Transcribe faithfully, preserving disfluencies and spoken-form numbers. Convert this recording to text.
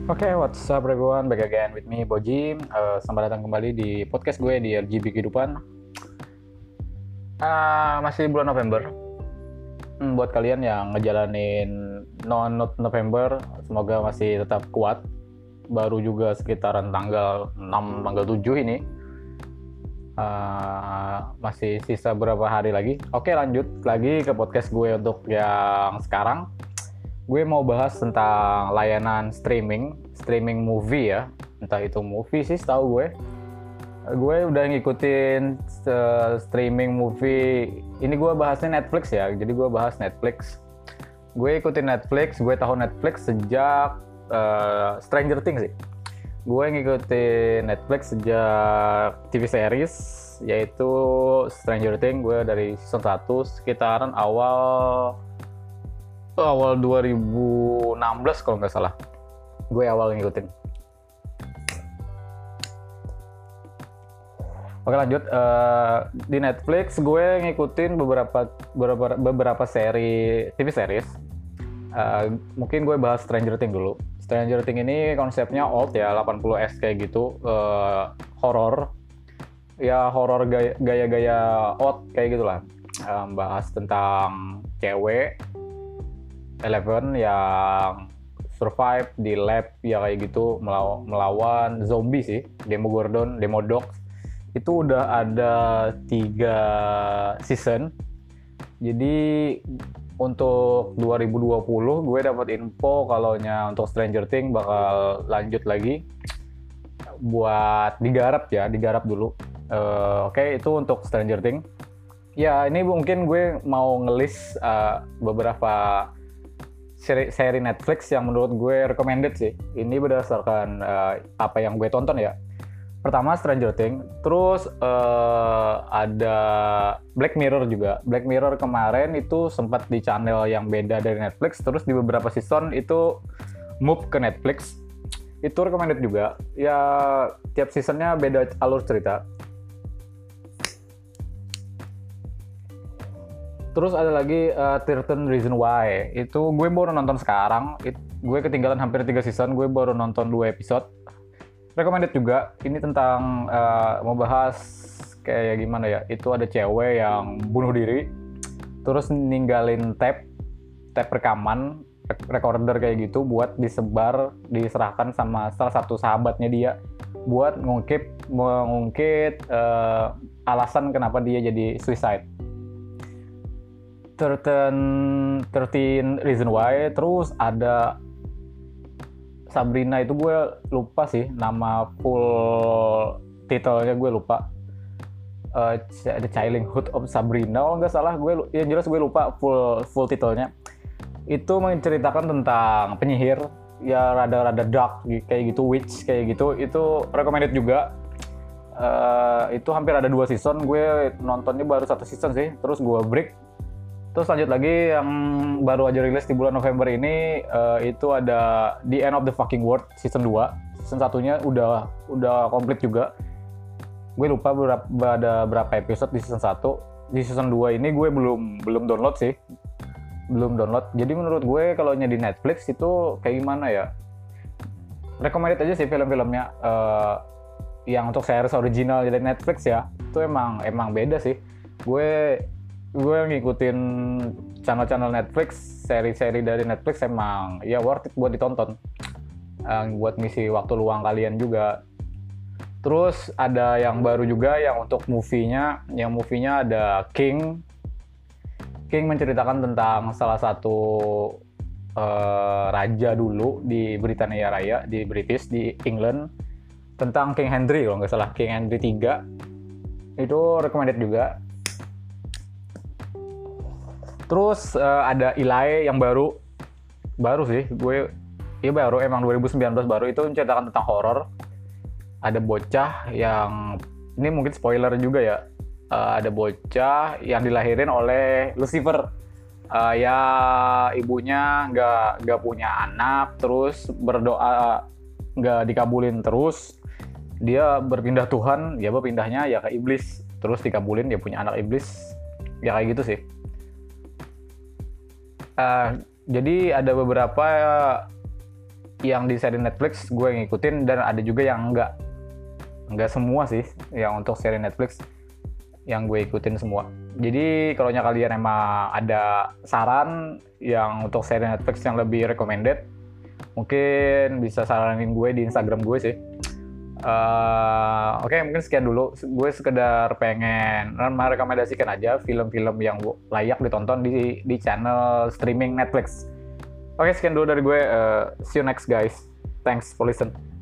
Oke, what's up everyone? Back again with me, Boji. Uh, selamat datang kembali di podcast gue di R G B Kehidupan. Uh, masih bulan November. Hmm, buat kalian yang ngejalanin non-not November, semoga masih tetap kuat. Baru juga sekitaran tanggal enam, tanggal tujuh ini. Uh, masih sisa berapa hari lagi. Oke, lanjut lagi ke podcast gue untuk yang sekarang. Gue mau bahas tentang layanan streaming, streaming movie ya. Entah itu movie sih setahu gue. Gue udah ngikutin uh, streaming movie. Ini gue bahasnya Netflix ya, jadi gue bahas Netflix. Gue ikutin Netflix, gue tahu Netflix sejak uh, Stranger Things sih. Gue ngikutin Netflix sejak T V series, yaitu Stranger Things. Gue dari season satu sekitaran awal awal dua ribu enam belas kalau nggak salah. Gue awal ngikutin. Oke lanjut, uh, di Netflix gue ngikutin beberapa beberapa beberapa seri T V series. Uh, mungkin gue bahas Stranger Things dulu. Stranger Things ini konsepnya old ya, delapan puluh S kayak gitu, uh, horor. Ya horor gaya, gaya-gaya old kayak gitulah. Um, bahas tentang cewek Eleven yang survive di lab ya kayak gitu melaw- melawan zombie sih, Demogorgon, Demodox. Itu udah ada tiga season. Jadi untuk dua ribu dua puluh gue dapat info kalau nya untuk Stranger Things bakal lanjut lagi buat digarap ya, digarap dulu. Uh, Oke, okay, itu untuk Stranger Things. Ya, ini mungkin gue mau ngelis uh, beberapa seri, seri Netflix yang menurut gue recommended sih. Ini berdasarkan uh, apa yang gue tonton ya. Pertama Stranger Things, terus uh, ada Black Mirror juga. Black Mirror kemarin itu sempat di channel yang beda dari Netflix, terus di beberapa season itu move ke Netflix. Itu recommended juga. Ya tiap seasonnya beda alur cerita. Terus ada lagi uh, thirteen Reasons Why. Itu gue baru nonton sekarang. It, gue ketinggalan hampir tiga season. Gue baru nonton dua episode. Recommended juga. Ini tentang uh, mau bahas kayak gimana ya. Itu ada cewek yang bunuh diri. Terus ninggalin tape, tape rekaman, recorder kayak gitu buat disebar, diserahkan sama salah satu sahabatnya dia buat ngungkip mengungkit uh, alasan kenapa dia jadi suicide. thirteen, thirteen Reason Why. Terus ada Sabrina, itu gue lupa sih nama full titelnya, gue lupa. Uh, The Childhood of Sabrina kalau nggak salah, gue ya jelas gue lupa full full titelnya. Itu menceritakan tentang penyihir ya, rada-rada dark kayak gitu, witch kayak gitu. Itu recommended juga. Uh, itu hampir ada dua season. Gue nontonnya baru satu season sih, terus gue break. Terus lanjut lagi yang baru aja rilis di bulan November ini, uh, itu ada The End of the Fucking World season dua. Season satunya udah udah komplit juga. Gue lupa berapa, ada berapa episode di season satu. Di season dua ini gue belum belum download sih. Belum download. Jadi menurut gue kalau nya di Netflix itu kayak gimana ya? Recommended aja sih film-filmnya. Uh, yang untuk series original dari Netflix ya. Itu emang emang beda sih. Gue gue ngikutin channel-channel Netflix, seri-seri dari Netflix emang ya worth it buat ditonton, uh, buat ngisi waktu luang kalian juga. Terus ada yang baru juga yang untuk movie-nya, yang movie-nya ada King. King menceritakan tentang salah satu uh, raja dulu di Britania Raya, di British, di England, tentang King Henry kalau nggak salah, King Henry tiga. Itu recommended juga. Terus uh, ada Eli yang baru, baru sih, gue, iya baru, emang dua ribu sembilan belas baru. Itu menceritakan tentang horor. Ada bocah yang, ini mungkin spoiler juga ya, uh, ada bocah yang dilahirin oleh Lucifer. Uh, ya ibunya nggak nggak punya anak, terus berdoa nggak dikabulin terus. Dia berpindah Tuhan, ya berpindahnya ya ke iblis, terus dikabulin dia punya anak iblis, ya kayak gitu sih. Uh, jadi ada beberapa yang di seri Netflix gue ngikutin, dan ada juga yang enggak. Enggak semua sih yang untuk seri Netflix yang gue ikutin semua. Jadi kalau kalian emang ada saran yang untuk seri Netflix yang lebih recommended, mungkin bisa saranin gue di Instagram gue sih. Uh, Oke, okay, mungkin sekian dulu. Gue sekedar pengen merekomendasikan aja film-film yang layak ditonton di di channel streaming Netflix. Oke, okay, sekian dulu dari gue. Uh, see you next guys. Thanks for listen.